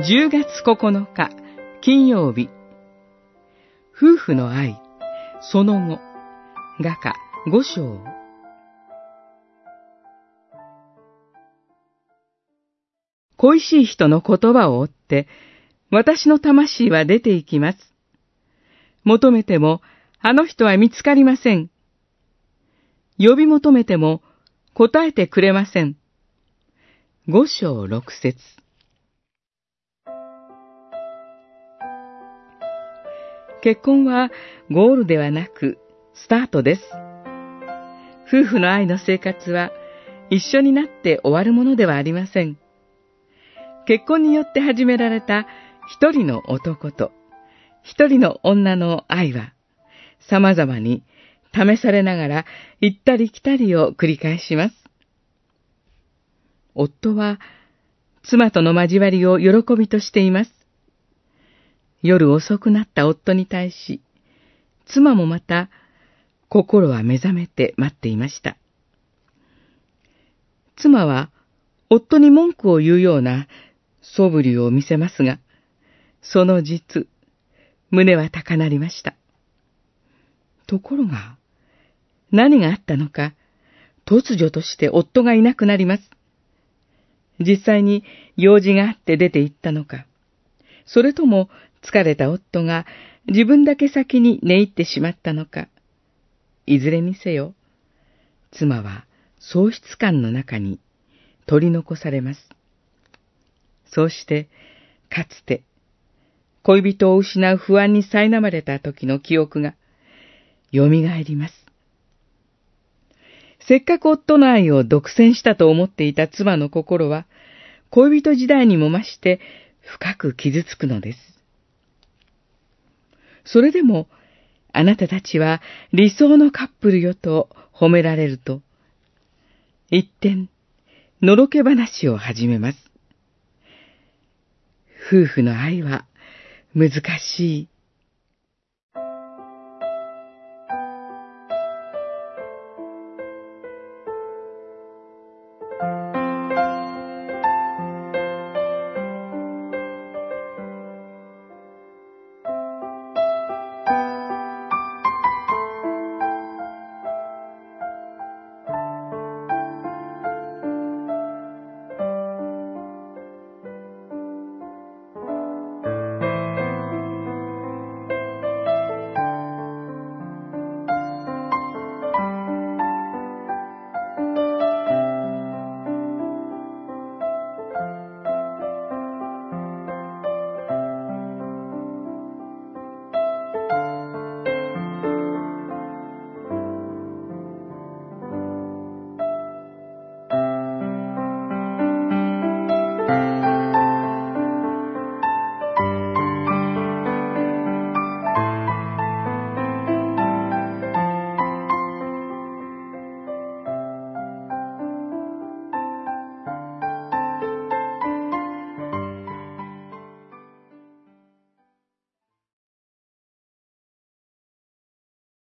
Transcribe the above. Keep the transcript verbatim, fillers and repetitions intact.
じゅうがつここのか金曜日、夫婦の愛その後、画家五章。恋しい人の言葉を追って私の魂は出て行きます。求めてもあの人は見つかりません。呼び求めても答えてくれません。五章六節。結婚はゴールではなくスタートです。夫婦の愛の生活は一緒になって終わるものではありません。結婚によって始められた一人の男と一人の女の愛は様々に試されながら行ったり来たりを繰り返します。夫は妻との交わりを喜びとしています。夜遅くなった夫に対し、妻もまた心は目覚めて待っていました。妻は夫に文句を言うような素振りを見せますが、その実、胸は高鳴りました。ところが、何があったのか、突如として夫がいなくなります。実際に用事があって出て行ったのか、それとも疲れた夫が自分だけ先に寝入ってしまったのか、いずれにせよ、妻は喪失感の中に取り残されます。そうして、かつて恋人を失う不安に苛まれた時の記憶が蘇ります。せっかく夫の愛を独占したと思っていた妻の心は、恋人時代にも増して深く傷つくのです。それでも、あなたたちは理想のカップルよと褒められると、一転、のろけ話を始めます。夫婦の愛は難しい、